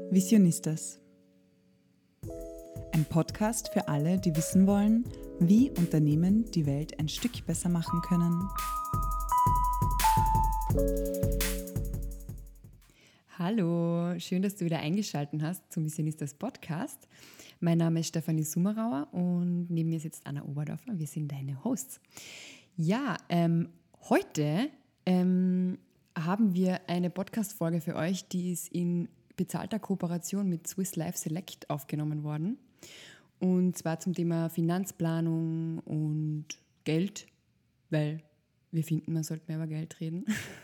Visionistas. Ein Podcast für alle, die wissen wollen, wie Unternehmen die Welt ein Stück besser machen können. Hallo, schön, dass du wieder eingeschaltet hast zum Visionistas Podcast. Mein Name ist Stefanie Summerauer und neben mir sitzt Anna Oberdorfer. Wir sind deine Hosts. Ja, heute haben wir eine Podcast-Folge für euch, die ist in bezahlter Kooperation mit Swiss Life Select aufgenommen worden. Und zwar zum Thema Finanzplanung und Geld, weil wir finden, man sollte mehr über Geld reden.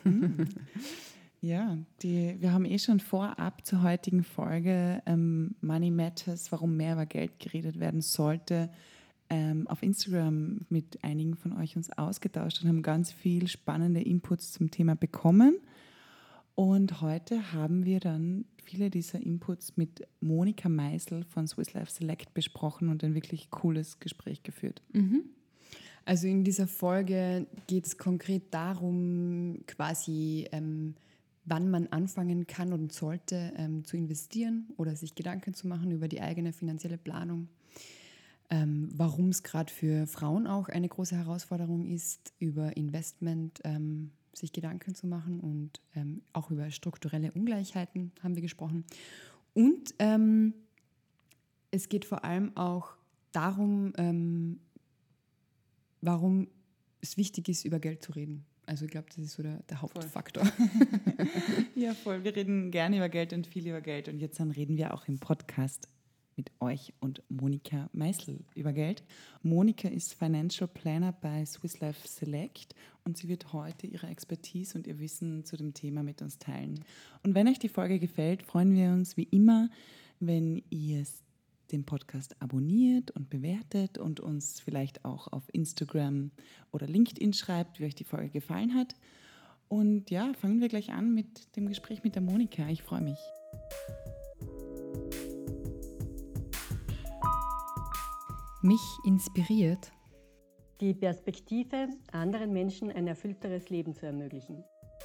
Ja, wir haben schon vorab zur heutigen Folge Money Matters, warum mehr über Geld geredet werden sollte, auf Instagram mit einigen von euch uns ausgetauscht und haben ganz viel spannende Inputs zum Thema bekommen. Und heute haben wir dann viele dieser Inputs mit Monika Meisel von Swiss Life Select besprochen und ein wirklich cooles Gespräch geführt. Also in dieser Folge geht es konkret darum, quasi wann man anfangen kann und sollte zu investieren oder sich Gedanken zu machen über die eigene finanzielle Planung. Warum es gerade für Frauen auch eine große Herausforderung ist, über Investment sich Gedanken zu machen und auch über strukturelle Ungleichheiten haben wir gesprochen. Und es geht vor allem auch darum, warum es wichtig ist, über Geld zu reden. Also ich glaube, das ist so der Hauptfaktor. Ja, voll. Wir reden gerne über Geld und viel über Geld. Und jetzt dann reden wir auch im Podcast mit euch und Monika Meisel über Geld. Monika ist Financial Planner bei Swiss Life Select und sie wird heute ihre Expertise und ihr Wissen zu dem Thema mit uns teilen. Und wenn euch die Folge gefällt, freuen wir uns wie immer, wenn ihr den Podcast abonniert und bewertet und uns vielleicht auch auf Instagram oder LinkedIn schreibt, wie euch die Folge gefallen hat. Und ja, fangen wir gleich an mit dem Gespräch mit der Monika. Ich freue mich. Mich inspiriert die Perspektive, anderen Menschen ein erfüllteres Leben zu ermöglichen.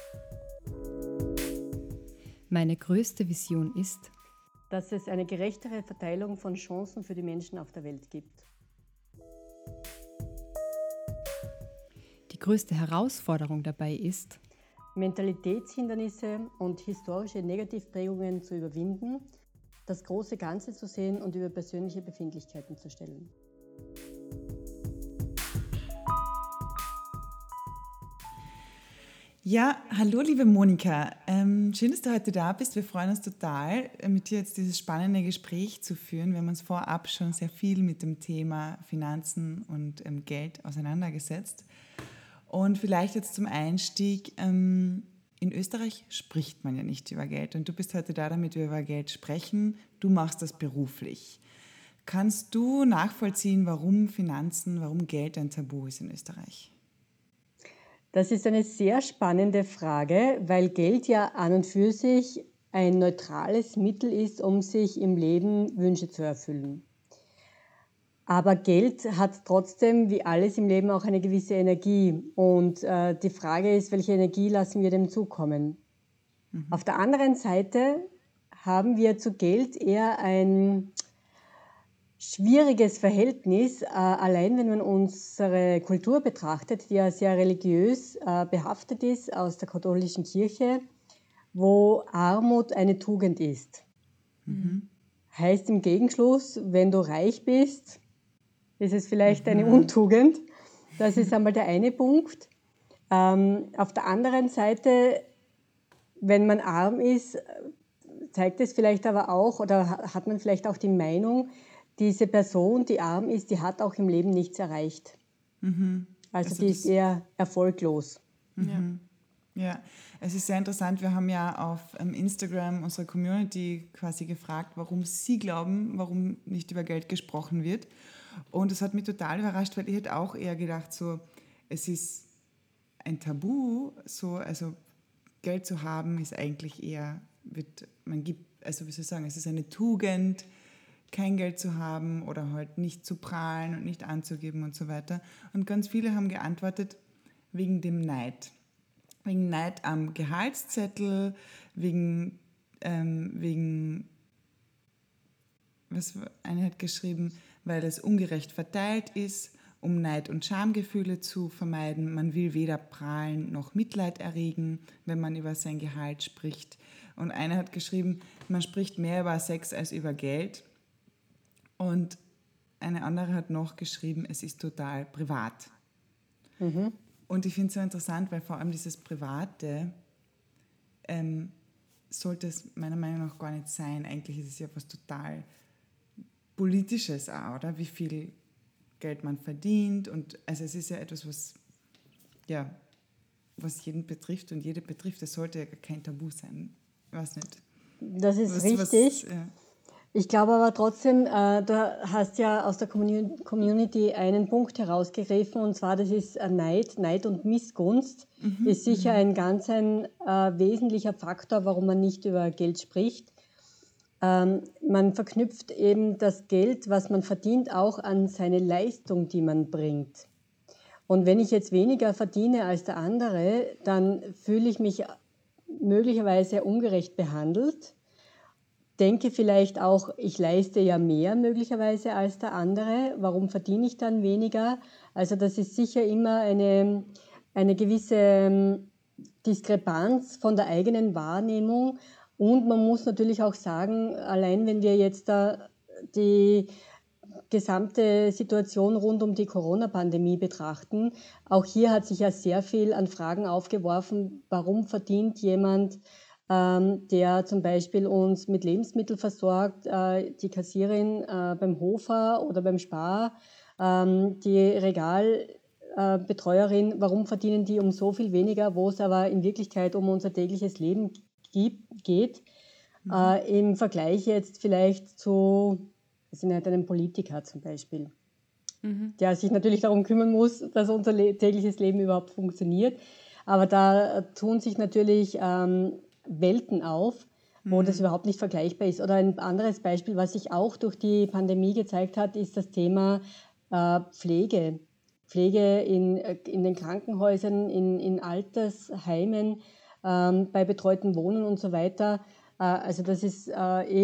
Meine größte Vision ist, dass es eine gerechtere Verteilung von Chancen für die Menschen auf der Welt gibt. die größte Herausforderung dabei ist, Mentalitätshindernisse und historische Negativprägungen zu überwinden, das große Ganze zu sehen und über persönliche Befindlichkeiten zu stellen. Ja, hallo liebe Monika. Schön, dass du heute da bist. Wir freuen uns total, mit dir jetzt dieses spannende Gespräch zu führen. Wir haben uns vorab schon sehr viel mit dem Thema Finanzen und Geld auseinandergesetzt. Und vielleicht jetzt zum Einstieg, in Österreich spricht man ja nicht über Geld. Und du bist heute da, damit wir über Geld sprechen. Du machst das beruflich. Kannst du nachvollziehen, warum Finanzen, warum Geld ein Tabu ist in Österreich? Das ist eine sehr spannende Frage, weil Geld ja an und für sich ein neutrales Mittel ist, um sich im Leben Wünsche zu erfüllen. Aber Geld hat trotzdem, wie alles im Leben, auch eine gewisse Energie. Und die Frage ist, welche Energie lassen wir dem zukommen? Auf der anderen Seite haben wir zu Geld eher ein schwieriges Verhältnis, allein wenn man unsere Kultur betrachtet, die ja sehr religiös behaftet ist aus der katholischen Kirche, wo Armut eine Tugend ist. Heißt im Gegenschluss, wenn du reich bist, ist es vielleicht eine Untugend. Das ist einmal der eine Punkt. Auf der anderen Seite, wenn man arm ist, zeigt es vielleicht aber auch, oder hat man vielleicht auch die Meinung, diese Person, die arm ist, die hat auch im Leben nichts erreicht. Also die ist eher erfolglos. Ja, es ist sehr interessant. Wir haben ja auf Instagram unsere Community quasi gefragt, warum sie glauben, warum nicht über Geld gesprochen wird. Und das hat mich total überrascht, weil ich hätte auch eher gedacht, so, es ist ein Tabu, so, also Geld zu haben ist eigentlich eher, es ist eine Tugend, kein Geld zu haben oder halt nicht zu prahlen und nicht anzugeben und so weiter. Und ganz viele haben geantwortet, wegen dem Neid. Wegen Neid am Gehaltszettel, wegen eine hat geschrieben, weil es ungerecht verteilt ist, um Neid- und Schamgefühle zu vermeiden. Man will weder prahlen noch Mitleid erregen, wenn man über sein Gehalt spricht. Und eine hat geschrieben, man spricht mehr über Sex als über Geld. Und eine andere hat noch geschrieben, es ist total privat. Und ich finde es so interessant, weil vor allem dieses Private sollte es meiner Meinung nach gar nicht sein. Eigentlich ist es ja was total Politisches auch, oder? Wie viel Geld man verdient. Und also es ist ja etwas, was jeden betrifft und jede betrifft. Das sollte ja kein Tabu sein. Ich weiß nicht. Das ist richtig. Ich glaube aber trotzdem, du hast ja aus der Community einen Punkt herausgegriffen, und zwar, das ist Neid und Missgunst. Ist sicher ein wesentlicher Faktor, warum man nicht über Geld spricht. Man verknüpft eben das Geld, was man verdient, auch an seine Leistung, die man bringt. Und wenn ich jetzt weniger verdiene als der andere, dann fühle ich mich möglicherweise ungerecht behandelt. Denke vielleicht auch, ich leiste ja mehr möglicherweise als der andere. Warum verdiene ich dann weniger? Also das ist sicher immer eine gewisse Diskrepanz von der eigenen Wahrnehmung. Und man muss natürlich auch sagen, allein wenn wir jetzt da die gesamte Situation rund um die Corona-Pandemie betrachten, auch hier hat sich ja sehr viel an Fragen aufgeworfen, warum verdient jemand, der zum Beispiel uns mit Lebensmitteln versorgt, die Kassierin beim Hofer oder beim Spar, die Regalbetreuerin, warum verdienen die um so viel weniger, wo es aber in Wirklichkeit um unser tägliches Leben geht, im Vergleich jetzt vielleicht zu einem Politiker zum Beispiel, der sich natürlich darum kümmern muss, dass unser tägliches Leben überhaupt funktioniert. Aber da tun sich natürlich Welten auf, wo das überhaupt nicht vergleichbar ist. Oder ein anderes Beispiel, was sich auch durch die Pandemie gezeigt hat, ist das Thema Pflege. Pflege in den Krankenhäusern, in Altersheimen, bei betreuten Wohnen und so weiter. Also das ist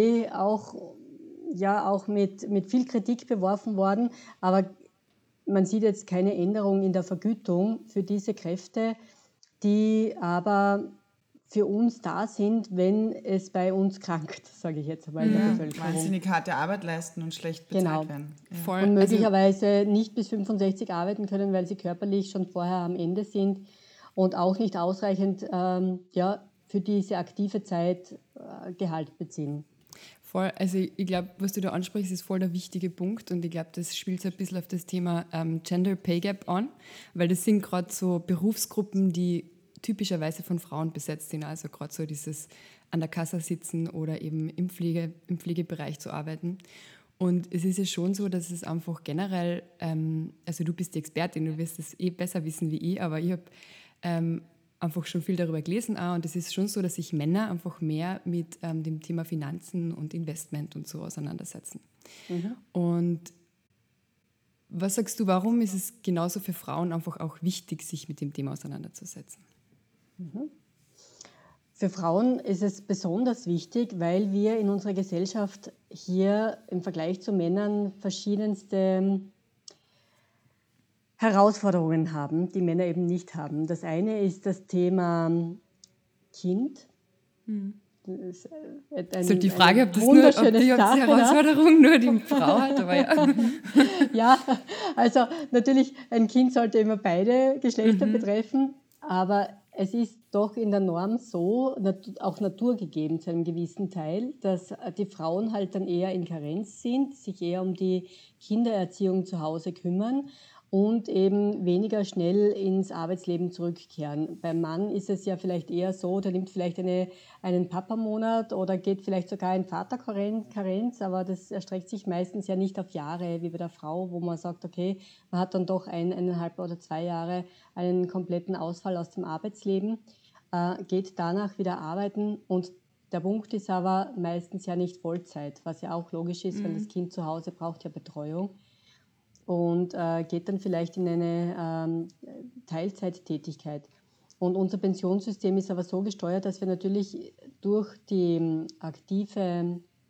auch mit viel Kritik beworfen worden, aber man sieht jetzt keine Änderung in der Vergütung für diese Kräfte, die aber für uns da sind, wenn es bei uns krankt, sage ich jetzt einmal, in der Bevölkerung. Wahnsinnig harte Arbeit leisten und schlecht bezahlt werden. Ja. Voll. Und möglicherweise nicht bis 65 arbeiten können, weil sie körperlich schon vorher am Ende sind und auch nicht ausreichend für diese aktive Zeit Gehalt beziehen. Voll, also ich glaube, was du da ansprichst, ist voll der wichtige Punkt, und ich glaube, das spielt so ein bisschen auf das Thema Gender Pay Gap an, weil das sind gerade so Berufsgruppen, die typischerweise von Frauen besetzt sind, also gerade so dieses an der Kasse sitzen oder eben im Pflegebereich zu arbeiten. Und es ist ja schon so, dass es einfach generell, also du bist die Expertin, du wirst es besser wissen wie ich, aber ich habe einfach schon viel darüber gelesen auch, und es ist schon so, dass sich Männer einfach mehr mit dem Thema Finanzen und Investment und so auseinandersetzen. Und was sagst du, warum ist es genauso für Frauen einfach auch wichtig, sich mit dem Thema auseinanderzusetzen? Für Frauen ist es besonders wichtig, weil wir in unserer Gesellschaft hier im Vergleich zu Männern verschiedenste Herausforderungen haben, die Männer eben nicht haben. Das eine ist das Thema Kind. Das ist halt die Frage, ob die Herausforderung nur die Frau hat, aber ja. Ja, also natürlich, ein Kind sollte immer beide Geschlechter betreffen, aber es ist doch in der Norm so, auch naturgegeben zu einem gewissen Teil, dass die Frauen halt dann eher in Karenz sind, sich eher um die Kindererziehung zu Hause kümmern und eben weniger schnell ins Arbeitsleben zurückkehren. Beim Mann ist es ja vielleicht eher so, der nimmt vielleicht einen Papamonat oder geht vielleicht sogar in Vaterkarenz, aber das erstreckt sich meistens ja nicht auf Jahre wie bei der Frau, wo man sagt, okay, man hat dann doch 1,5 oder 2 Jahre einen kompletten Ausfall aus dem Arbeitsleben, geht danach wieder arbeiten, und der Punkt ist aber meistens ja nicht Vollzeit, was ja auch logisch ist, weil das Kind zu Hause braucht ja Betreuung. Und geht dann vielleicht in eine Teilzeittätigkeit. Und unser Pensionssystem ist aber so gesteuert, dass wir natürlich durch die aktive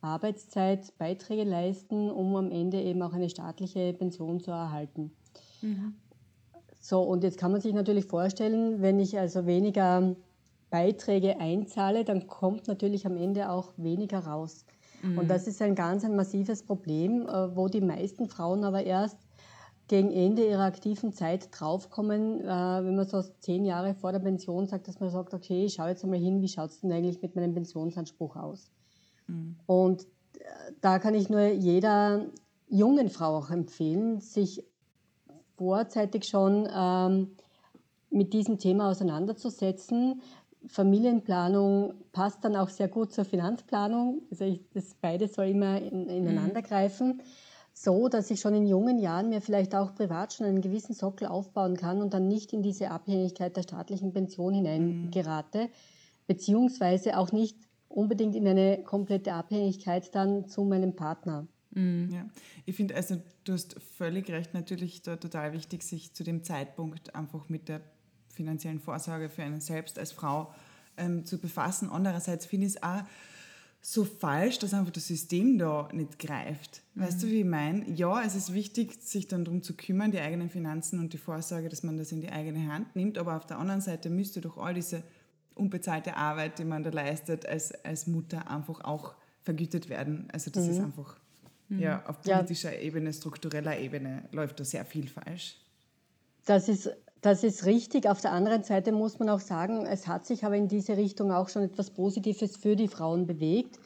Arbeitszeit Beiträge leisten, um am Ende eben auch eine staatliche Pension zu erhalten. So, und jetzt kann man sich natürlich vorstellen, wenn ich also weniger Beiträge einzahle, dann kommt natürlich am Ende auch weniger raus. Und das ist ein massives Problem, wo die meisten Frauen aber erst gegen Ende ihrer aktiven Zeit draufkommen, wenn man so 10 Jahre vor der Pension sagt, dass man sagt, okay, ich schaue jetzt einmal hin, wie schaut es denn eigentlich mit meinem Pensionsanspruch aus? Und da kann ich nur jeder jungen Frau auch empfehlen, sich vorzeitig schon mit diesem Thema auseinanderzusetzen. Familienplanung passt dann auch sehr gut zur Finanzplanung. Also das beides soll immer ineinander greifen, so dass ich schon in jungen Jahren mir vielleicht auch privat schon einen gewissen Sockel aufbauen kann und dann nicht in diese Abhängigkeit der staatlichen Pension hineingerate, beziehungsweise auch nicht unbedingt in eine komplette Abhängigkeit dann zu meinem Partner. Ja, ich finde, also du hast völlig recht, natürlich da total wichtig, sich zu dem Zeitpunkt einfach mit der finanziellen Vorsorge für einen selbst als Frau zu befassen. Andererseits finde ich es auch so falsch, dass einfach das System da nicht greift. Weißt du, wie ich meine? Ja, es ist wichtig, sich dann darum zu kümmern, die eigenen Finanzen und die Vorsorge, dass man das in die eigene Hand nimmt, aber auf der anderen Seite müsste doch all diese unbezahlte Arbeit, die man da leistet, als Mutter einfach auch vergütet werden. Also das ist einfach... Ja, auf politischer Ebene, struktureller Ebene läuft da sehr viel falsch. Das ist richtig. Auf der anderen Seite muss man auch sagen, es hat sich aber in diese Richtung auch schon etwas Positives für die Frauen bewegt.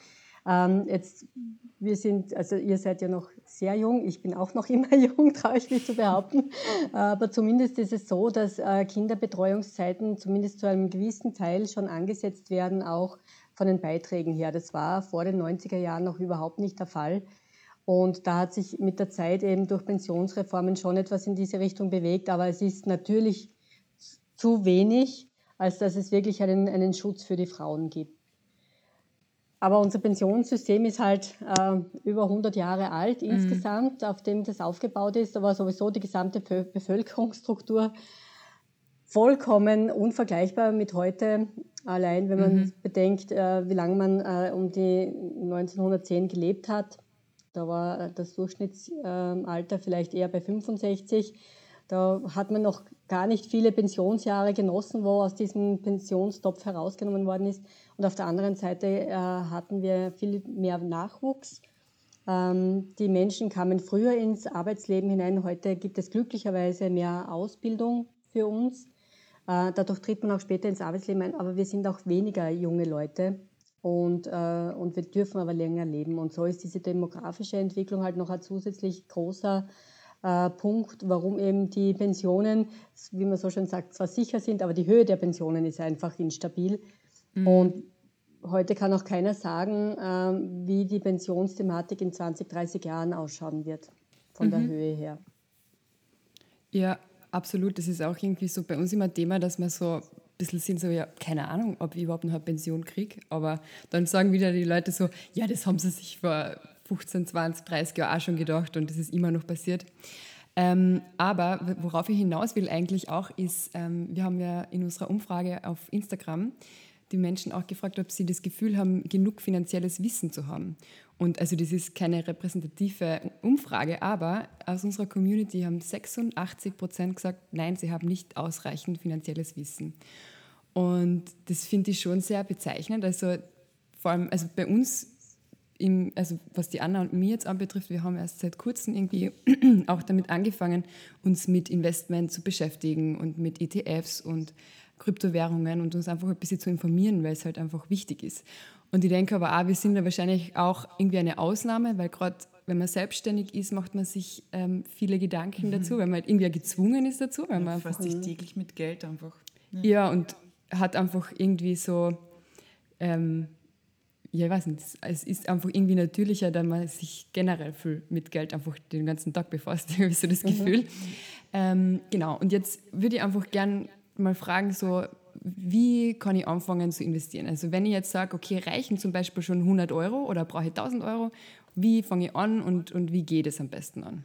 Ihr seid ja noch sehr jung, ich bin auch noch immer jung, traue ich mich zu behaupten. Aber zumindest ist es so, dass Kinderbetreuungszeiten zumindest zu einem gewissen Teil schon angesetzt werden, auch von den Beiträgen her. Das war vor den 90er Jahren noch überhaupt nicht der Fall. Und da hat sich mit der Zeit eben durch Pensionsreformen schon etwas in diese Richtung bewegt, aber es ist natürlich zu wenig, als dass es wirklich einen Schutz für die Frauen gibt. Aber unser Pensionssystem ist halt über 100 Jahre alt insgesamt, auf dem das aufgebaut ist, aber sowieso die gesamte Bevölkerungsstruktur vollkommen unvergleichbar mit heute. Allein wenn man bedenkt, wie lange man um die 1910 gelebt hat. Da war das Durchschnittsalter vielleicht eher bei 65. Da hat man noch gar nicht viele Pensionsjahre genossen, wo aus diesem Pensionstopf herausgenommen worden ist. Und auf der anderen Seite hatten wir viel mehr Nachwuchs. Die Menschen kamen früher ins Arbeitsleben hinein. Heute gibt es glücklicherweise mehr Ausbildung für uns. Dadurch tritt man auch später ins Arbeitsleben ein. Aber wir sind auch weniger junge Leute. Und wir dürfen aber länger leben. Und so ist diese demografische Entwicklung halt noch ein zusätzlich großer Punkt, warum eben die Pensionen, wie man so schön sagt, zwar sicher sind, aber die Höhe der Pensionen ist einfach instabil. Und heute kann auch keiner sagen, wie die Pensionsthematik in 20, 30 Jahren ausschauen wird, von der Höhe her. Ja, absolut. Das ist auch irgendwie so bei uns immer ein Thema, dass wir so bisschen sind so, ja, keine Ahnung, ob ich überhaupt noch eine Pension kriege, aber dann sagen wieder die Leute so, ja, das haben sie sich vor 15, 20, 30 Jahren auch schon gedacht und das ist immer noch passiert. Aber worauf ich hinaus will eigentlich auch ist, wir haben ja in unserer Umfrage auf Instagram die Menschen auch gefragt, ob sie das Gefühl haben, genug finanzielles Wissen zu haben. Und also das ist keine repräsentative Umfrage, aber aus unserer Community haben 86% gesagt, nein, sie haben nicht ausreichend finanzielles Wissen. Und das finde ich schon sehr bezeichnend. Also vor allem also bei uns, also was die Anna und mich jetzt anbetrifft, wir haben erst seit kurzem irgendwie auch damit angefangen, uns mit Investment zu beschäftigen und mit ETFs und Kryptowährungen und uns einfach ein bisschen zu informieren, weil es halt einfach wichtig ist. Und ich denke aber auch, wir sind da wahrscheinlich auch irgendwie eine Ausnahme, weil gerade wenn man selbstständig ist, macht man sich viele Gedanken dazu, weil man halt irgendwie gezwungen ist dazu. Weil man befasst sich täglich mit Geld einfach. Ja, und hat einfach irgendwie so, ja, ich weiß nicht, es ist einfach irgendwie natürlicher, da man sich generell viel mit Geld einfach den ganzen Tag befasst, habe ich so das Gefühl. Genau, und jetzt würde ich einfach gern mal fragen, so, wie kann ich anfangen zu investieren? Also wenn ich jetzt sage, okay, reichen zum Beispiel schon 100 Euro oder brauche ich 1000 Euro, wie fange ich an und wie geht es am besten an?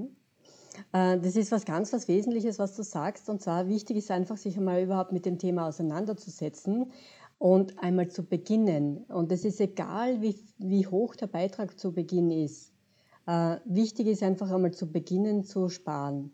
Das ist was Wesentliches, was du sagst. Und zwar wichtig ist einfach, sich einmal überhaupt mit dem Thema auseinanderzusetzen. und einmal zu beginnen. Und es ist egal, wie hoch der Beitrag zu Beginn ist. Wichtig ist einfach einmal zu beginnen zu sparen.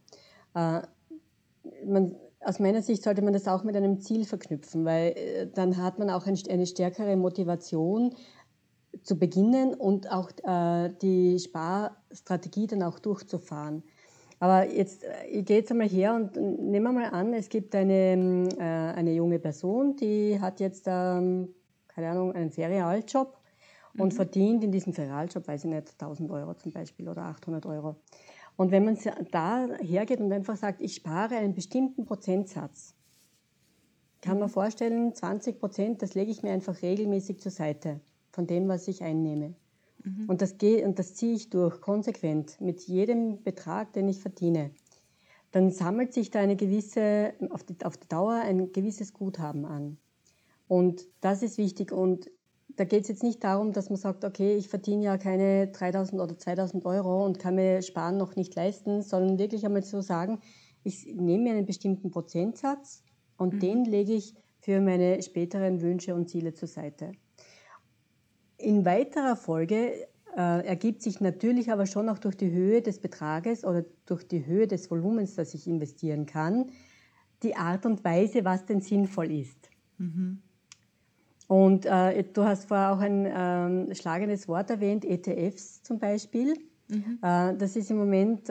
Aus meiner Sicht sollte man das auch mit einem Ziel verknüpfen, weil dann hat man auch eine stärkere Motivation zu beginnen und auch die Sparstrategie dann auch durchzufahren. Aber jetzt, ich gehe jetzt einmal her und nehmen wir mal an, es gibt eine junge Person, die hat jetzt, keine Ahnung, einen Ferialjob und verdient in diesem Ferialjob, weiß ich nicht, 1.000 Euro zum Beispiel oder 800 Euro. Und wenn man da hergeht und einfach sagt, ich spare einen bestimmten Prozentsatz, kann man vorstellen, 20%, das lege ich mir einfach regelmäßig zur Seite von dem, was ich einnehme. Und das ziehe ich durch, konsequent, mit jedem Betrag, den ich verdiene. Dann sammelt sich da auf die Dauer ein gewisses Guthaben an. Und das ist wichtig. Und da geht es jetzt nicht darum, dass man sagt, okay, ich verdiene ja keine 3.000 oder 2.000 Euro und kann mir Sparen noch nicht leisten, sondern wirklich einmal zu sagen, ich nehme mir einen bestimmten Prozentsatz und den lege ich für meine späteren Wünsche und Ziele zur Seite. In weiterer Folge ergibt sich natürlich aber schon auch durch die Höhe des Betrages oder durch die Höhe des Volumens, das ich investieren kann, die Art und Weise, was denn sinnvoll ist. Und du hast vorher auch ein schlagendes Wort erwähnt, ETFs zum Beispiel. Das ist im Moment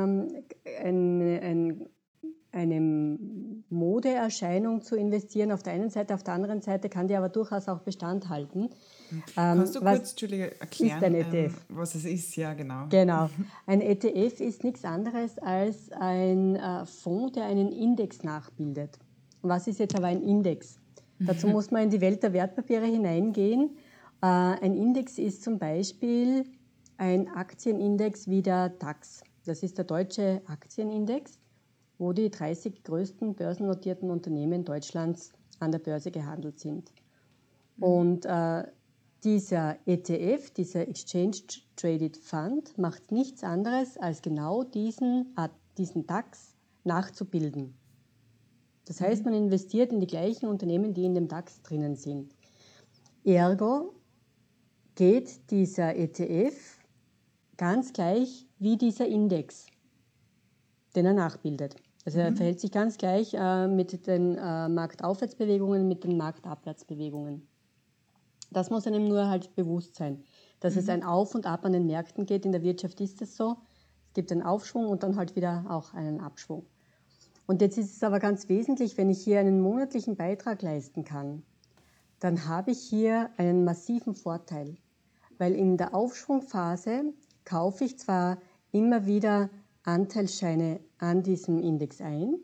eine Modeerscheinung zu investieren auf der einen Seite, auf der anderen Seite kann die aber durchaus auch Bestand halten. Kannst du kurz, Entschuldige, erklären, ist ein ETF? Was es ist? Ja, genau. Genau. Ein ETF ist nichts anderes als ein Fonds, der einen Index nachbildet. Was ist jetzt aber ein Index? Dazu muss man in die Welt der Wertpapiere hineingehen. Ein Index ist zum Beispiel ein Aktienindex wie der DAX. Das ist der deutsche Aktienindex, wo die 30 größten börsennotierten Unternehmen Deutschlands an der Börse gehandelt sind. Und dieser ETF, dieser Exchange Traded Fund, macht nichts anderes, als genau diesen DAX nachzubilden. Das heißt, man investiert in die gleichen Unternehmen, die in dem DAX drinnen sind. Ergo geht dieser ETF ganz gleich wie dieser Index, den er nachbildet. Also er verhält sich ganz gleich mit den Marktaufwärtsbewegungen, mit den Marktabwärtsbewegungen. Das muss einem nur halt bewusst sein, dass es ein Auf und Ab an den Märkten geht. In der Wirtschaft ist es so. Es gibt einen Aufschwung und dann halt wieder auch einen Abschwung. Und jetzt ist es aber ganz wesentlich, wenn ich hier einen monatlichen Beitrag leisten kann, dann habe ich hier einen massiven Vorteil. Weil in der Aufschwungphase kaufe ich zwar immer wieder Anteilsscheine an diesem Index ein,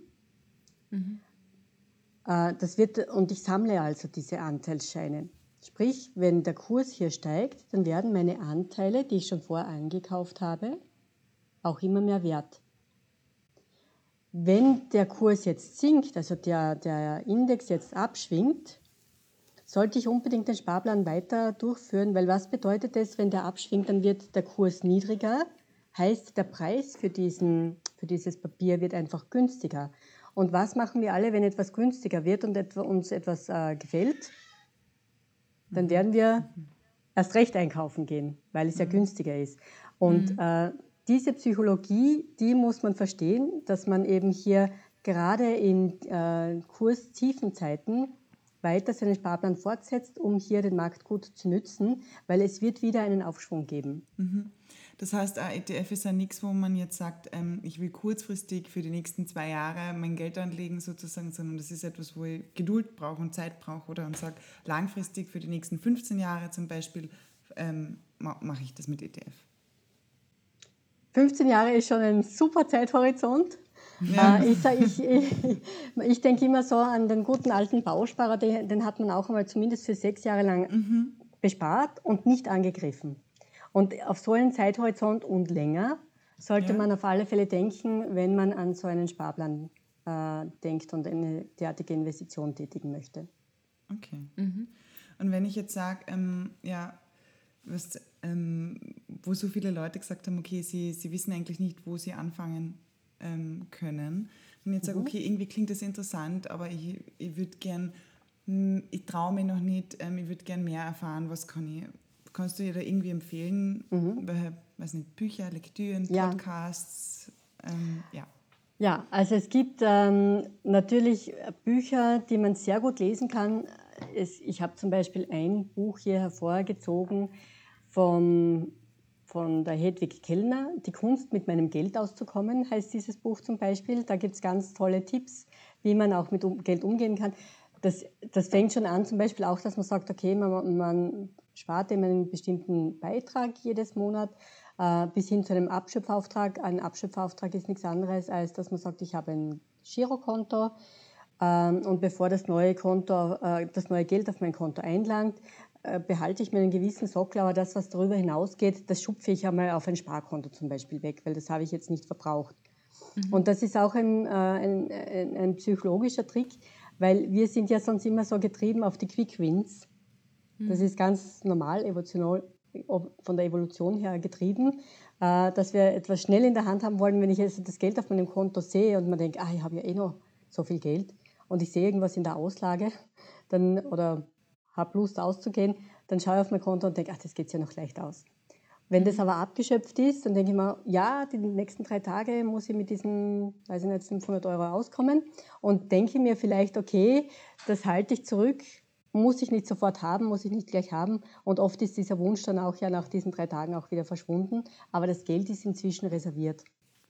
und ich sammle also diese Anteilsscheine. Sprich, wenn der Kurs hier steigt, dann werden meine Anteile, die ich schon vorher eingekauft habe, auch immer mehr wert. Wenn der Kurs jetzt sinkt, also der Index jetzt abschwingt, sollte ich unbedingt den Sparplan weiter durchführen, weil was bedeutet das, wenn der abschwingt, dann wird der Kurs niedriger, heißt der Preis für dieses Papier wird einfach günstiger. Und was machen wir alle, wenn etwas günstiger wird und uns etwas gefällt? Dann werden wir erst recht einkaufen gehen, weil es ja günstiger ist. Und diese Psychologie, die muss man verstehen, dass man eben hier gerade in kurstiefen Zeiten weiter seinen Sparplan fortsetzt, um hier den Markt gut zu nützen, weil es wird wieder einen Aufschwung geben. Das heißt, ein ETF ist ja nichts, wo man jetzt sagt, ich will kurzfristig für die nächsten 2 Jahre mein Geld anlegen sozusagen, sondern das ist etwas, wo ich Geduld brauche und Zeit brauche oder und sage, langfristig für die nächsten 15 Jahre zum Beispiel mache ich das mit ETF. 15 Jahre ist schon ein super Zeithorizont. Ja. Ich denke immer so an den guten alten Bausparer, den hat man auch einmal zumindest für 6 Jahre lang bespart und nicht angegriffen. Und auf so einen Zeithorizont und länger sollte man auf alle Fälle denken, wenn man an so einen Sparplan denkt und eine derartige Investition tätigen möchte. Okay. Und wenn ich jetzt sage, wo so viele Leute gesagt haben, okay, sie wissen eigentlich nicht, wo sie anfangen können. Und jetzt sage, okay, irgendwie klingt das interessant, aber ich würde gern ich traue mich noch nicht, ich würde gerne mehr erfahren, was kannst du dir da irgendwie empfehlen? Welche, weiß nicht, Bücher, Lektüren, Ja. Podcasts? Ja. Ja, also es gibt natürlich Bücher, die man sehr gut lesen kann. Ich habe zum Beispiel ein Buch hier hervorgezogen von der Hedwig Kellner, Die Kunst, mit meinem Geld auszukommen, heißt dieses Buch zum Beispiel. Da gibt es ganz tolle Tipps, wie man auch mit Geld umgehen kann. Das fängt schon an, zum Beispiel auch, dass man sagt, okay, man spart eben einen bestimmten Beitrag jedes Monat, bis hin zu einem Abschöpfauftrag. Ein Abschöpfauftrag ist nichts anderes, als dass man sagt, ich habe ein Girokonto und bevor das neue Geld auf mein Konto einlangt, behalte ich mir einen gewissen Sockel, aber das, was darüber hinausgeht, das schupfe ich einmal auf ein Sparkonto zum Beispiel weg, weil das habe ich jetzt nicht verbraucht. Und das ist auch ein psychologischer Trick, weil wir sind ja sonst immer so getrieben auf die Quick Wins. Das ist ganz normal, von der Evolution her getrieben, dass wir etwas schnell in der Hand haben wollen. Wenn ich jetzt das Geld auf meinem Konto sehe und man denkt, ich habe ja eh noch so viel Geld und ich sehe irgendwas in der Auslage oder habe Lust auszugehen, dann schaue ich auf mein Konto und denke, das geht ja noch leicht aus. Wenn das aber abgeschöpft ist, dann denke ich mir, ja, die nächsten 3 Tage muss ich mit diesen, 500 € auskommen und denke mir vielleicht, okay, das halte ich zurück, muss ich nicht sofort haben, muss ich nicht gleich haben. Und oft ist dieser Wunsch dann auch ja nach diesen 3 Tagen auch wieder verschwunden. Aber das Geld ist inzwischen reserviert.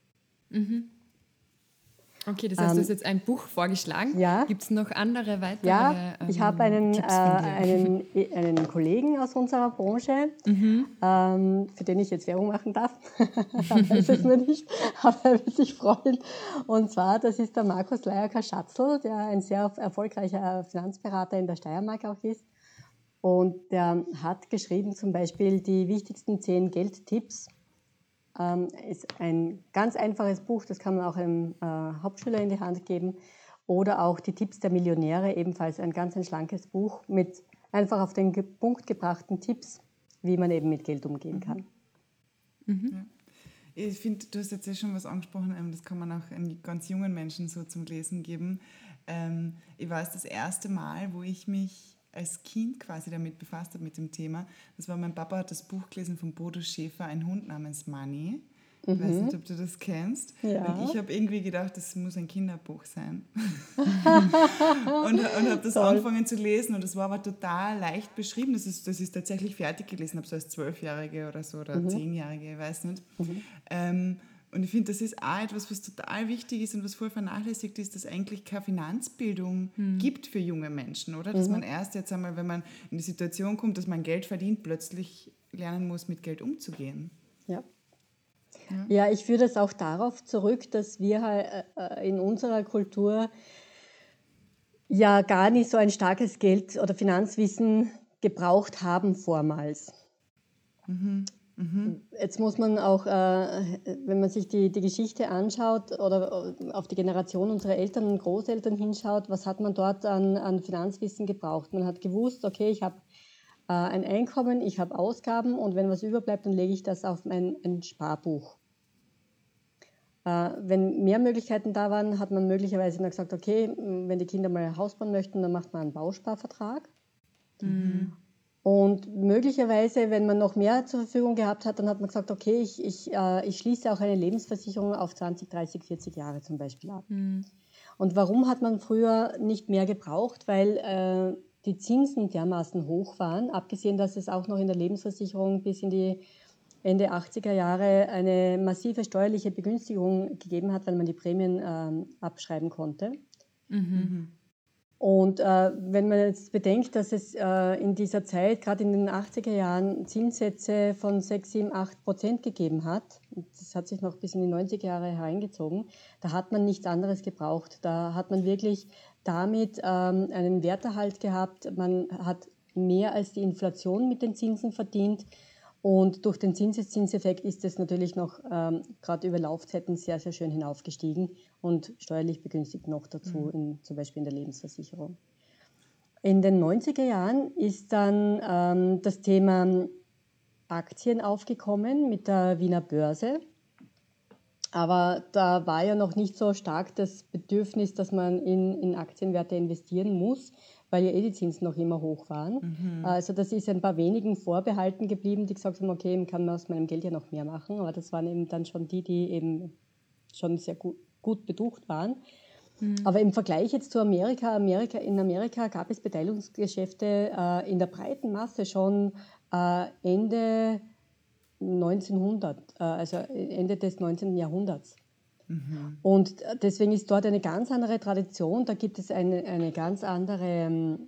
Okay, das heißt, du hast jetzt ein Buch vorgeschlagen. Ja. Gibt es noch andere weitere Ja, ich habe Tipps von dir? einen Kollegen aus unserer Branche, für den ich jetzt Werbung machen darf. Er weiß es nur nicht, aber er wird sich freuen. Und zwar, das ist der Markus Leierker-Schatzl, der ein sehr erfolgreicher Finanzberater in der Steiermark auch ist. Und der hat geschrieben zum Beispiel die wichtigsten 10 Geldtipps. Ist ein ganz einfaches Buch, das kann man auch einem Hauptschüler in die Hand geben. Oder auch die Tipps der Millionäre, ebenfalls ein ganz schlankes Buch mit einfach auf den Punkt gebrachten Tipps, wie man eben mit Geld umgehen kann. Ja. Ich finde, du hast jetzt ja schon was angesprochen, das kann man auch ganz jungen Menschen so zum Lesen geben. Ich weiß, das erste Mal, wo ich mich als Kind quasi damit befasst habe mit dem Thema, das war, mein Papa hat das Buch gelesen von Bodo Schäfer, Ein Hund namens Money. Ich weiß nicht, ob du das kennst. Ja. Und ich habe irgendwie gedacht, das muss ein Kinderbuch sein. und habe das angefangen zu lesen und das war aber total leicht beschrieben. Das ist tatsächlich fertig gelesen, habe so als 12-Jährige oder so oder 10-Jährige, ich weiß nicht. Und ich finde, das ist auch etwas, was total wichtig ist und was voll vernachlässigt ist, dass eigentlich keine Finanzbildung gibt für junge Menschen, oder? Dass man erst jetzt einmal, wenn man in die Situation kommt, dass man Geld verdient, plötzlich lernen muss, mit Geld umzugehen. Ja, ich führe das auch darauf zurück, dass wir halt in unserer Kultur ja gar nicht so ein starkes Geld- oder Finanzwissen gebraucht haben vormals. Jetzt muss man auch, wenn man sich die Geschichte anschaut oder auf die Generation unserer Eltern und Großeltern hinschaut, was hat man dort an Finanzwissen gebraucht? Man hat gewusst, okay, ich habe ein Einkommen, ich habe Ausgaben und wenn was überbleibt, dann lege ich das auf ein Sparbuch. Wenn mehr Möglichkeiten da waren, hat man möglicherweise dann gesagt, okay, wenn die Kinder mal ein Haus bauen möchten, dann macht man einen Bausparvertrag. Und möglicherweise, wenn man noch mehr zur Verfügung gehabt hat, dann hat man gesagt, okay, ich schließe auch eine Lebensversicherung auf 20, 30, 40 Jahre zum Beispiel ab. Und warum hat man früher nicht mehr gebraucht? Weil die Zinsen dermaßen hoch waren, abgesehen, dass es auch noch in der Lebensversicherung bis in die Ende 80er Jahre eine massive steuerliche Begünstigung gegeben hat, weil man die Prämien abschreiben konnte. Und wenn man jetzt bedenkt, dass es in dieser Zeit, gerade in den 80er Jahren, Zinssätze von 6, 7, 8% gegeben hat, das hat sich noch bis in die 90er Jahre hereingezogen, da hat man nichts anderes gebraucht. Da hat man wirklich damit einen Werterhalt gehabt. Man hat mehr als die Inflation mit den Zinsen verdient. Und durch den Zinseszinseffekt ist es natürlich noch gerade über Laufzeiten sehr, sehr schön hinaufgestiegen und steuerlich begünstigt noch dazu, zum Beispiel in der Lebensversicherung. In den 90er Jahren ist dann das Thema Aktien aufgekommen mit der Wiener Börse. Aber da war ja noch nicht so stark das Bedürfnis, dass man in Aktienwerte investieren muss, weil ja die Zinsen noch immer hoch waren. Also das ist ein paar wenigen vorbehalten geblieben, die gesagt haben, okay, ich kann man aus meinem Geld ja noch mehr machen, aber das waren eben dann schon die eben schon sehr gut betucht waren. Aber im Vergleich jetzt zu in Amerika gab es Beteiligungsgeschäfte in der breiten Masse schon Ende 1900, also Ende des 19. Jahrhunderts. Und deswegen ist dort eine ganz andere Tradition, da gibt es eine ganz andere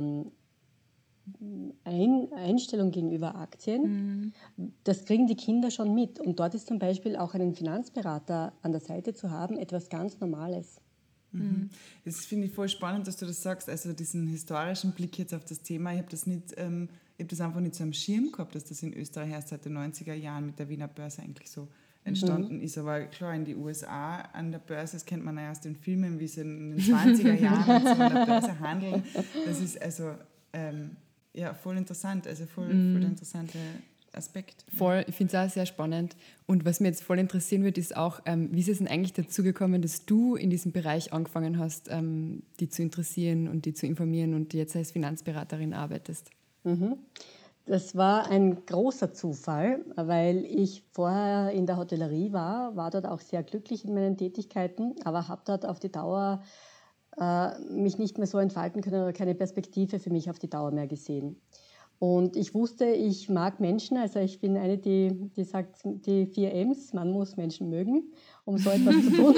Einstellung gegenüber Aktien. Das kriegen die Kinder schon mit. Und dort ist zum Beispiel auch einen Finanzberater an der Seite zu haben etwas ganz Normales. Das finde ich voll spannend, dass du das sagst, also diesen historischen Blick jetzt auf das Thema. Ich habe das einfach nicht so am Schirm gehabt, dass das in Österreich erst seit den 90er Jahren mit der Wiener Börse eigentlich so entstanden ist. Aber klar, in die USA an der Börse, das kennt man ja aus den Filmen, wie sie in den 20er Jahren so an der Börse handeln. Das ist also voll interessant, also voll der interessante Aspekt. Voll, ich finde es auch sehr spannend. Und was mir jetzt voll interessieren wird, ist auch, wie ist es denn eigentlich dazu gekommen, dass du in diesem Bereich angefangen hast, die zu interessieren und die zu informieren und jetzt als Finanzberaterin arbeitest? Das war ein großer Zufall, weil ich vorher in der Hotellerie war dort auch sehr glücklich in meinen Tätigkeiten, aber habe dort auf die Dauer mich nicht mehr so entfalten können oder keine Perspektive für mich auf die Dauer mehr gesehen. Und ich wusste, ich mag Menschen, also ich bin eine, die sagt die 4 M's, man muss Menschen mögen, um so etwas zu tun,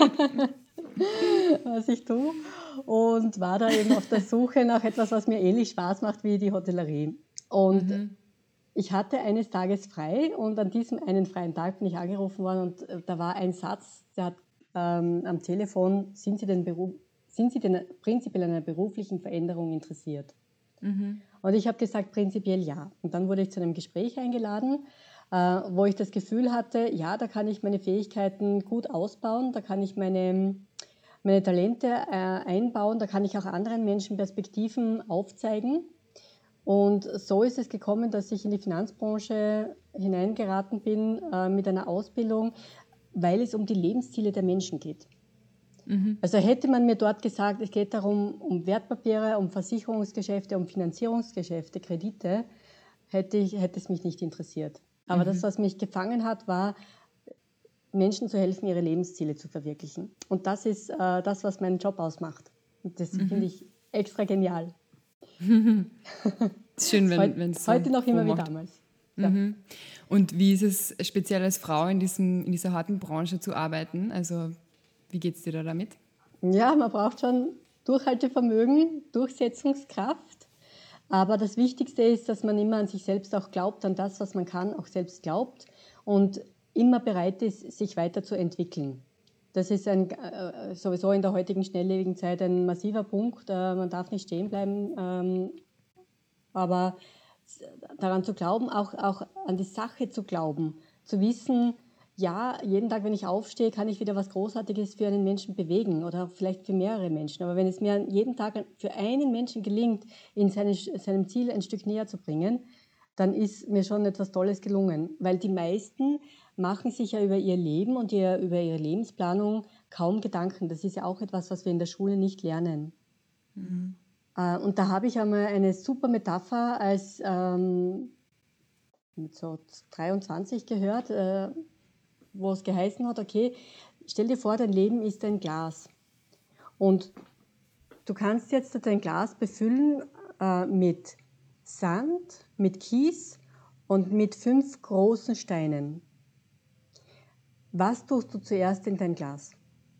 was ich tue. Und war da eben auf der Suche nach etwas, was mir ähnlich Spaß macht wie die Hotellerie. Und ich hatte eines Tages frei und an diesem einen freien Tag bin ich angerufen worden und da war ein Satz, der hat am Telefon, sind Sie denn prinzipiell an einer beruflichen Veränderung interessiert? Und ich habe gesagt, prinzipiell ja. Und dann wurde ich zu einem Gespräch eingeladen, wo ich das Gefühl hatte, ja, da kann ich meine Fähigkeiten gut ausbauen, da kann ich meine Talente einbauen, da kann ich auch anderen Menschen Perspektiven aufzeigen. Und so ist es gekommen, dass ich in die Finanzbranche hineingeraten bin mit einer Ausbildung, weil es um die Lebensziele der Menschen geht. Also hätte man mir dort gesagt, es geht darum, um Wertpapiere, um Versicherungsgeschäfte, um Finanzierungsgeschäfte, Kredite, hätte es mich nicht interessiert. Aber das, was mich gefangen hat, war, Menschen zu helfen, ihre Lebensziele zu verwirklichen. Und das ist das, was meinen Job ausmacht. Und das finde ich extra genial. Schön, wenn es so heute noch immer wie macht. damals. Ja. Und wie ist es speziell als Frau in dieser harten Branche zu arbeiten? Also wie geht es dir da damit? Ja, man braucht schon Durchhaltevermögen, Durchsetzungskraft. Aber das Wichtigste ist, dass man immer an sich selbst auch glaubt, an das, was man kann, auch selbst glaubt und immer bereit ist, sich weiterzuentwickeln. Das ist sowieso in der heutigen schnelllebigen Zeit ein massiver Punkt. Man darf nicht stehen bleiben, aber daran zu glauben, auch an die Sache zu glauben, zu wissen, ja, jeden Tag, wenn ich aufstehe, kann ich wieder was Großartiges für einen Menschen bewegen oder auch vielleicht für mehrere Menschen. Aber wenn es mir jeden Tag für einen Menschen gelingt, in seinem Ziel ein Stück näher zu bringen, dann ist mir schon etwas Tolles gelungen. Weil die meisten machen sich ja über ihr Leben und über ihre Lebensplanung kaum Gedanken. Das ist ja auch etwas, was wir in der Schule nicht lernen. Und da habe ich einmal eine super Metapher als mit so 23 gehört, wo es geheißen hat, okay, stell dir vor, dein Leben ist ein Glas. Und du kannst jetzt dein Glas befüllen mit Sand, mit Kies und mit 5 großen Steinen. Was tust du zuerst in dein Glas?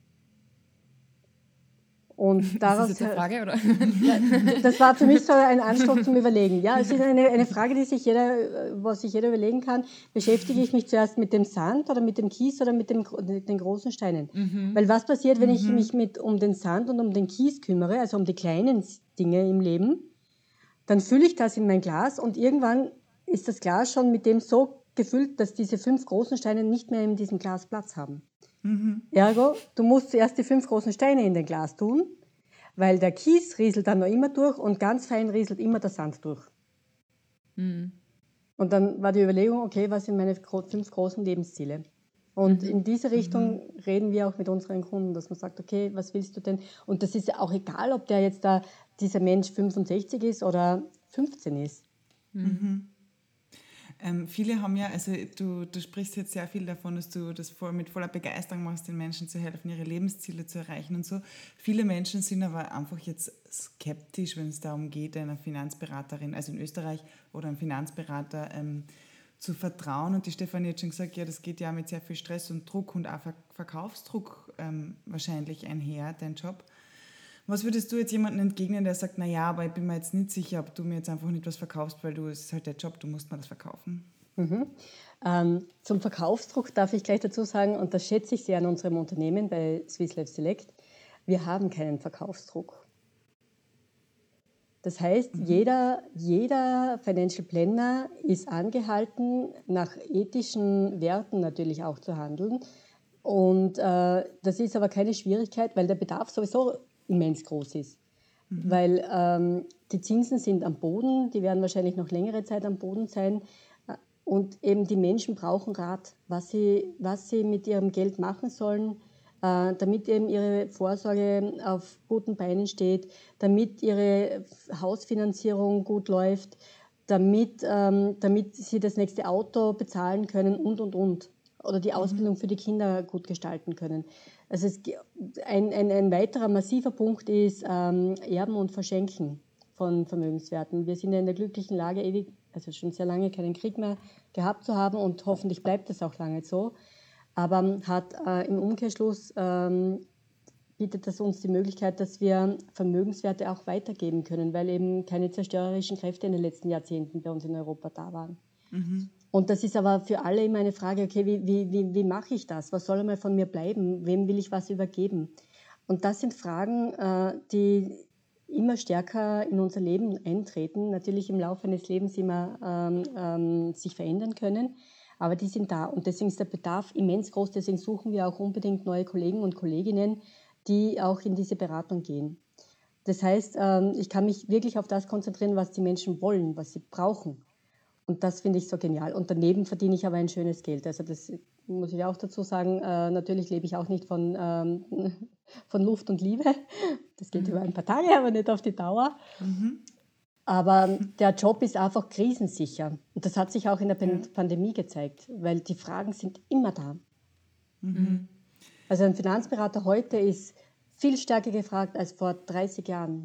Und daraus, ist das jetzt eine Frage, oder? Das war für mich so ein Anstoß zum Überlegen. Ja, es ist eine Frage, was sich jeder überlegen kann. Beschäftige ich mich zuerst mit dem Sand oder mit dem Kies oder mit den großen Steinen? Weil was passiert, wenn ich mich um den Sand und um den Kies kümmere, also um die kleinen Dinge im Leben, dann fülle ich das in mein Glas und irgendwann ist das Glas schon mit dem so gefüllt, dass diese 5 großen Steine nicht mehr in diesem Glas Platz haben. Ergo, du musst zuerst die 5 großen Steine in dein Glas tun, weil der Kies rieselt dann noch immer durch und ganz fein rieselt immer der Sand durch. Und dann war die Überlegung, okay, was sind meine 5 großen Lebensziele? Und in diese Richtung reden wir auch mit unseren Kunden, dass man sagt, okay, was willst du denn? Und das ist ja auch egal, ob der jetzt da dieser Mensch 65 ist oder 15 ist. Viele haben ja, also du sprichst jetzt sehr viel davon, dass du das mit voller Begeisterung machst, den Menschen zu helfen, ihre Lebensziele zu erreichen und so. Viele Menschen sind aber einfach jetzt skeptisch, wenn es darum geht, einer Finanzberaterin, also in Österreich, oder einem Finanzberater zu vertrauen. Und die Stefanie hat schon gesagt, ja, das geht ja mit sehr viel Stress und Druck und auch Verkaufsdruck wahrscheinlich einher, dein Job. Was würdest du jetzt jemandem entgegnen, der sagt, naja, aber ich bin mir jetzt nicht sicher, ob du mir jetzt einfach nicht was verkaufst, weil es ist halt der Job, du musst mir das verkaufen. Zum Verkaufsdruck darf ich gleich dazu sagen, und das schätze ich sehr an unserem Unternehmen bei Swiss Life Select, wir haben keinen Verkaufsdruck. Das heißt, jeder Financial Planner ist angehalten, nach ethischen Werten natürlich auch zu handeln. Und das ist aber keine Schwierigkeit, weil der Bedarf sowieso immens groß ist. Weil die Zinsen sind am Boden, die werden wahrscheinlich noch längere Zeit am Boden sein. Und eben die Menschen brauchen Rat, was sie mit ihrem Geld machen sollen, damit eben ihre Vorsorge auf guten Beinen steht, damit ihre Hausfinanzierung gut läuft, damit sie das nächste Auto bezahlen können und. Oder die Ausbildung für die Kinder gut gestalten können. Also ein weiterer massiver Punkt ist Erben und Verschenken von Vermögenswerten. Wir sind ja in der glücklichen Lage, also schon sehr lange keinen Krieg mehr gehabt zu haben und hoffentlich bleibt das auch lange so. Aber hat im Umkehrschluss bietet das uns die Möglichkeit, dass wir Vermögenswerte auch weitergeben können, weil eben keine zerstörerischen Kräfte in den letzten Jahrzehnten bei uns in Europa da waren. Und das ist aber für alle immer eine Frage, okay, wie mache ich das? Was soll einmal von mir bleiben? Wem will ich was übergeben? Und das sind Fragen, die immer stärker in unser Leben eintreten, natürlich im Laufe eines Lebens immer sich verändern können, aber die sind da. Und deswegen ist der Bedarf immens groß, deswegen suchen wir auch unbedingt neue Kollegen und Kolleginnen, die auch in diese Beratung gehen. Das heißt, ich kann mich wirklich auf das konzentrieren, was die Menschen wollen, was sie brauchen. Und das finde ich so genial. Und daneben verdiene ich aber ein schönes Geld. Also das muss ich auch dazu sagen. Natürlich lebe ich auch nicht von Luft und Liebe. Das geht über ein paar Tage, aber nicht auf die Dauer. Aber der Job ist einfach krisensicher. Und das hat sich auch in der Pandemie gezeigt, weil die Fragen sind immer da. Also ein Finanzberater heute ist viel stärker gefragt als vor 30 Jahren.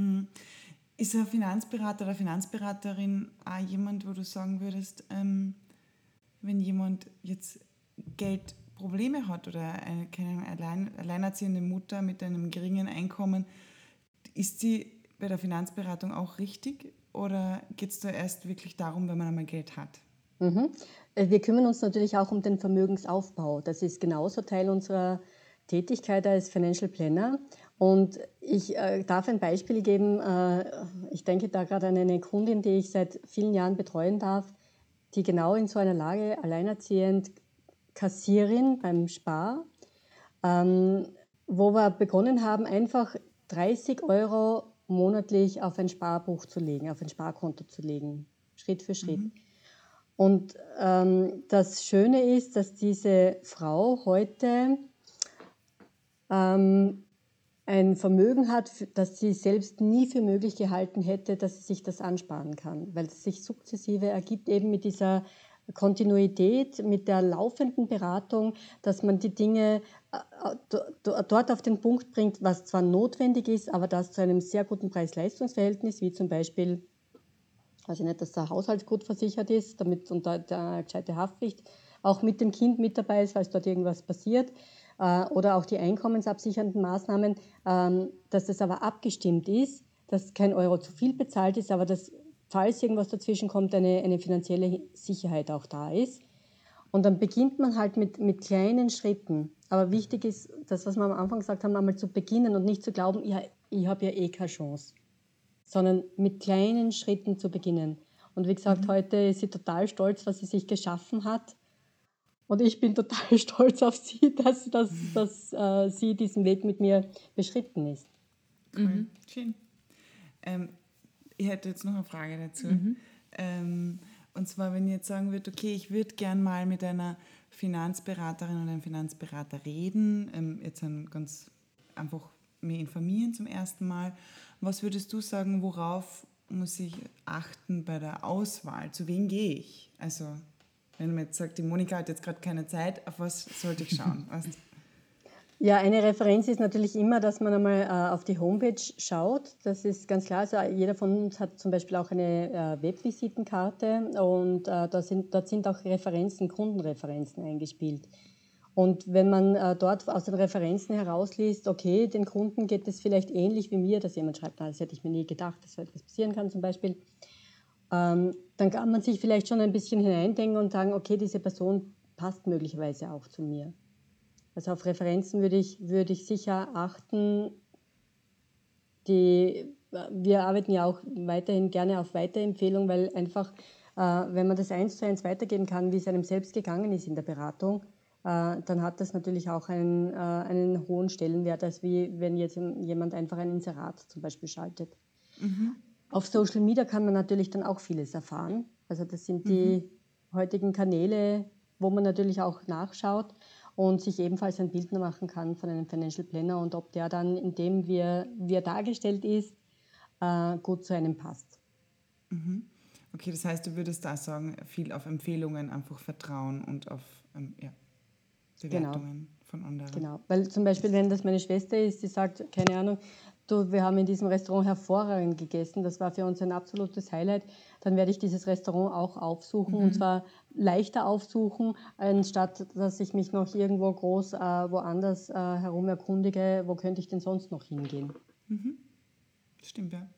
Ist ein Finanzberater oder Finanzberaterin auch jemand, wo du sagen würdest, wenn jemand jetzt Geldprobleme hat oder keine alleinerziehende Mutter mit einem geringen Einkommen, ist sie bei der Finanzberatung auch richtig oder geht es da erst wirklich darum, wenn man einmal Geld hat? Wir kümmern uns natürlich auch um den Vermögensaufbau. Das ist genauso Teil unserer Tätigkeit als Financial Planner. Und ich darf ein Beispiel geben. Ich denke da gerade an eine Kundin, die ich seit vielen Jahren betreuen darf, die genau in so einer Lage, alleinerziehend, Kassierin beim Spar, wo wir begonnen haben, einfach 30 € monatlich auf ein Sparbuch zu legen, auf ein Sparkonto zu legen, Schritt für Schritt. Und das Schöne ist, dass diese Frau heute ein Vermögen hat, das sie selbst nie für möglich gehalten hätte, dass sie sich das ansparen kann, weil es sich sukzessive ergibt, eben mit dieser Kontinuität, mit der laufenden Beratung, dass man die Dinge dort auf den Punkt bringt, was zwar notwendig ist, aber das zu einem sehr guten Preis-Leistungs-Verhältnis, wie zum Beispiel, also nicht, dass der Haushalt gut versichert ist, damit unter der gescheite Haftpflicht auch mit dem Kind mit dabei ist, falls dort irgendwas passiert, oder auch die einkommensabsichernden Maßnahmen, dass das aber abgestimmt ist, dass kein Euro zu viel bezahlt ist, aber dass, falls irgendwas dazwischen kommt, eine finanzielle Sicherheit auch da ist. Und dann beginnt man halt mit kleinen Schritten. Aber wichtig ist, das, was wir am Anfang gesagt haben, einmal zu beginnen und nicht zu glauben, ja, ich habe ja eh keine Chance, sondern mit kleinen Schritten zu beginnen. Und wie gesagt, heute ist sie total stolz, was sie sich geschaffen hat. Und ich bin total stolz auf sie, dass sie diesen Weg mit mir beschritten ist. Cool. Schön. Ich hätte jetzt noch eine Frage dazu. Und zwar, wenn ihr jetzt sagen würdet, okay, ich würde gern mal mit einer Finanzberaterin oder einem Finanzberater reden, jetzt ganz einfach mich informieren zum ersten Mal. Was würdest du sagen, worauf muss ich achten bei der Auswahl? Zu wem gehe ich? Also, wenn man jetzt sagt, die Monika hat jetzt gerade keine Zeit, auf was sollte ich schauen? Weißt du? Ja, eine Referenz ist natürlich immer, dass man einmal auf die Homepage schaut. Das ist ganz klar. Also jeder von uns hat zum Beispiel auch eine Webvisitenkarte und dort sind auch Referenzen, Kundenreferenzen eingespielt. Und wenn man dort aus den Referenzen herausliest, okay, den Kunden geht es vielleicht ähnlich wie mir, dass jemand schreibt, das hätte ich mir nie gedacht, dass so etwas passieren kann zum Beispiel, dann kann man sich vielleicht schon ein bisschen hineindenken und sagen, okay, diese Person passt möglicherweise auch zu mir. Also auf Referenzen würde ich sicher achten. Wir arbeiten ja auch weiterhin gerne auf Weiterempfehlung, weil einfach, wenn man das 1:1 weitergeben kann, wie es einem selbst gegangen ist in der Beratung, dann hat das natürlich auch einen hohen Stellenwert, als wie wenn jetzt jemand einfach ein Inserat zum Beispiel schaltet. Auf Social Media kann man natürlich dann auch vieles erfahren. Also das sind die heutigen Kanäle, wo man natürlich auch nachschaut und sich ebenfalls ein Bild machen kann von einem Financial Planner und ob der dann, in dem wie er dargestellt ist, gut zu einem passt. Okay, das heißt, du würdest da sagen, viel auf Empfehlungen einfach vertrauen und auf Bewertungen von anderen. Genau, weil zum Beispiel, wenn das meine Schwester ist, die sagt, keine Ahnung, du, wir haben in diesem Restaurant hervorragend gegessen, das war für uns ein absolutes Highlight, dann werde ich dieses Restaurant auch aufsuchen und zwar leichter aufsuchen, anstatt dass ich mich noch irgendwo groß woanders herum erkundige, wo könnte ich denn sonst noch hingehen. Stimmt, ja.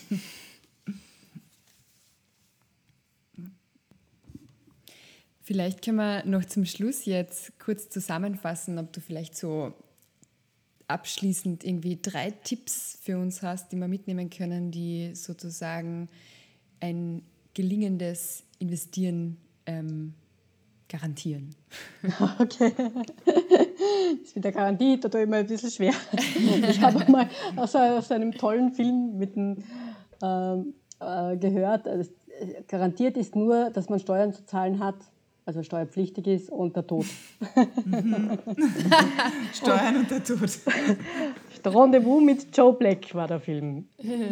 Vielleicht können wir noch zum Schluss jetzt kurz zusammenfassen, ob du vielleicht so abschließend irgendwie 3 Tipps für uns hast, die wir mitnehmen können, die sozusagen ein gelingendes Investieren garantieren. Okay, das mit der Garantie, da tue ich mir ein bisschen schwer. Ich habe mal aus einem tollen Film gehört, garantiert ist nur, dass man Steuern zu zahlen hat, also steuerpflichtig ist und der Tod. Steuern und der Tod. Rendezvous mit Joe Black war der Film.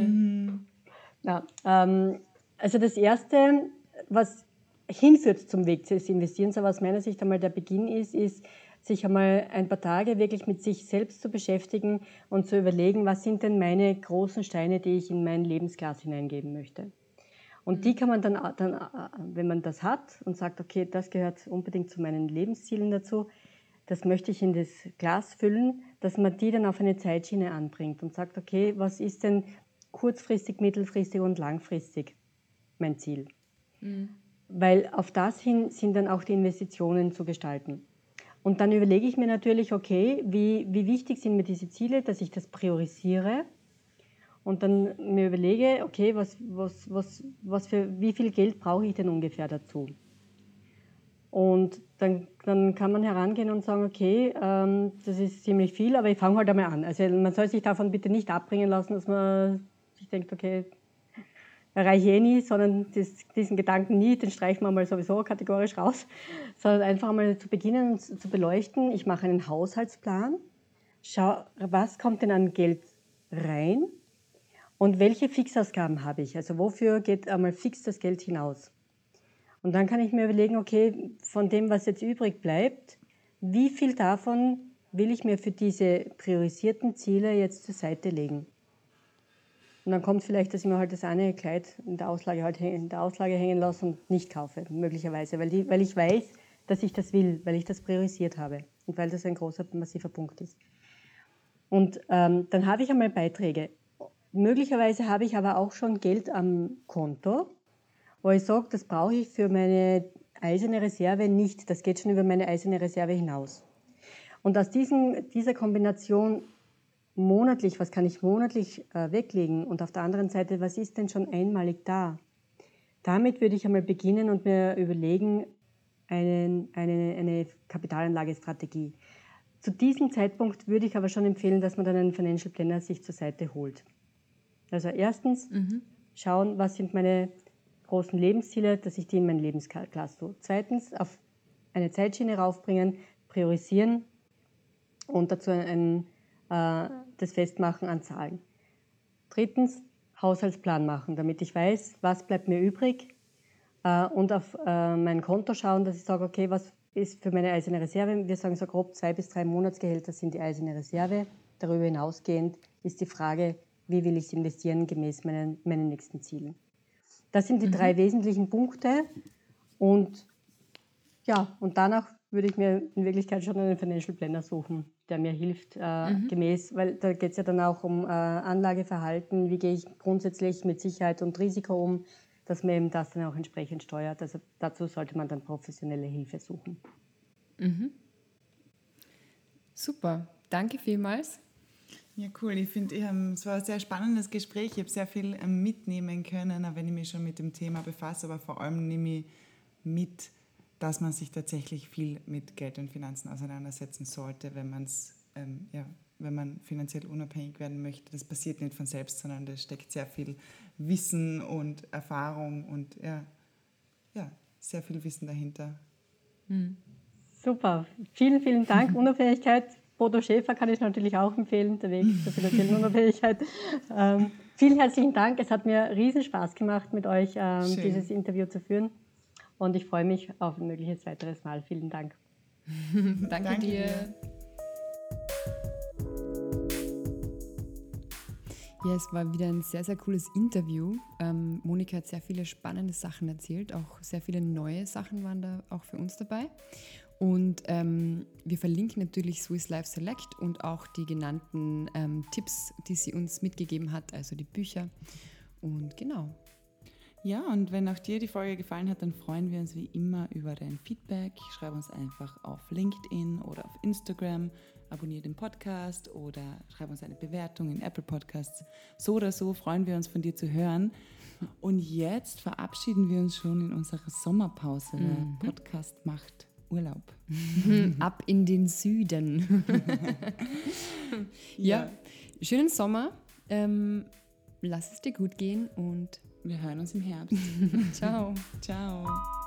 Ja, also das Erste, was hinführt zum Weg des Investierens, aber aus meiner Sicht einmal der Beginn ist, sich einmal ein paar Tage wirklich mit sich selbst zu beschäftigen und zu überlegen, was sind denn meine großen Steine, die ich in mein Lebensglas hineingeben möchte. Und die kann man dann, wenn man das hat und sagt, okay, das gehört unbedingt zu meinen Lebenszielen dazu, das möchte ich in das Glas füllen, dass man die dann auf eine Zeitschiene anbringt und sagt, okay, was ist denn kurzfristig, mittelfristig und langfristig mein Ziel? Weil auf das hin sind dann auch die Investitionen zu gestalten. Und dann überlege ich mir natürlich, okay, wie wichtig sind mir diese Ziele, dass ich das priorisiere und dann mir überlege, okay, wie viel Geld brauche ich denn ungefähr dazu? Und dann kann man herangehen und sagen, okay, das ist ziemlich viel, aber ich fange halt einmal an. Also man soll sich davon bitte nicht abbringen lassen, dass man sich denkt, okay, erreiche ich nie, sondern diesen Gedanken nie, den streichen wir mal sowieso kategorisch raus, sondern einfach mal zu beginnen und zu beleuchten. Ich mache einen Haushaltsplan, schau, was kommt denn an Geld rein und welche Fixausgaben habe ich, also wofür geht einmal fix das Geld hinaus. Und dann kann ich mir überlegen, okay, von dem, was jetzt übrig bleibt, wie viel davon will ich mir für diese priorisierten Ziele jetzt zur Seite legen. Und dann kommt vielleicht, dass ich mir halt das eine Kleid in der Auslage hängen lasse und nicht kaufe, möglicherweise, weil ich weiß, dass ich das will, weil ich das priorisiert habe und weil das ein großer, massiver Punkt ist. Und dann habe ich einmal Beiträge. Möglicherweise habe ich aber auch schon Geld am Konto, wo ich sage, das brauche ich für meine eiserne Reserve nicht, das geht schon über meine eiserne Reserve hinaus. Und aus dieser Kombination monatlich, was kann ich monatlich weglegen und auf der anderen Seite, was ist denn schon einmalig da? Damit würde ich einmal beginnen und mir überlegen, eine Kapitalanlagestrategie. Zu diesem Zeitpunkt würde ich aber schon empfehlen, dass man dann einen Financial Planner sich zur Seite holt. Also erstens schauen, was sind meine großen Lebensziele, dass ich die in mein Lebensglas tue. Zweitens auf eine Zeitschiene raufbringen, priorisieren und dazu das Festmachen an Zahlen. Drittens, Haushaltsplan machen, damit ich weiß, was bleibt mir übrig und auf mein Konto schauen, dass ich sage, okay, was ist für meine eiserne Reserve? Wir sagen so grob 2 bis 3 Monatsgehälter sind die eiserne Reserve. Darüber hinausgehend ist die Frage, wie will ich es investieren gemäß meinen nächsten Zielen. Das sind die 3 wesentlichen Punkte und ja, und danach würde ich mir in Wirklichkeit schon einen Financial Planner suchen, der mir hilft gemäß, weil da geht es ja dann auch um Anlageverhalten, wie gehe ich grundsätzlich mit Sicherheit und Risiko um, dass man eben das dann auch entsprechend steuert. Also dazu sollte man dann professionelle Hilfe suchen. Super, danke vielmals. Ja, cool. Ich finde, es war ein sehr spannendes Gespräch. Ich habe sehr viel mitnehmen können, auch wenn ich mich schon mit dem Thema befasse, aber vor allem nehme ich mit, dass man sich tatsächlich viel mit Geld und Finanzen auseinandersetzen sollte, wenn man finanziell unabhängig werden möchte. Das passiert nicht von selbst, sondern da steckt sehr viel Wissen und Erfahrung und sehr viel Wissen dahinter. Super, vielen, vielen Dank. Unabhängigkeit, Bodo Schäfer kann ich natürlich auch empfehlen, der Weg zur finanziellen Unabhängigkeit. Vielen herzlichen Dank, es hat mir riesen Spaß gemacht, mit euch dieses Interview zu führen. Und ich freue mich auf ein mögliches weiteres Mal. Vielen Dank. Danke dir. Ja, es war wieder ein sehr, sehr cooles Interview. Monika hat sehr viele spannende Sachen erzählt. Auch sehr viele neue Sachen waren da auch für uns dabei. Und wir verlinken natürlich Swiss Life Select und auch die genannten Tipps, die sie uns mitgegeben hat, also die Bücher. Und genau. Ja, und wenn auch dir die Folge gefallen hat, dann freuen wir uns wie immer über dein Feedback. Schreib uns einfach auf LinkedIn oder auf Instagram, abonniere den Podcast oder schreib uns eine Bewertung in Apple Podcasts. So oder so freuen wir uns, von dir zu hören. Und jetzt verabschieden wir uns schon in unserer Sommerpause. Der Podcast macht Urlaub. Ab in den Süden. Ja, schönen Sommer. Lass es dir gut gehen und wir hören uns im Herbst. Ciao. Ciao.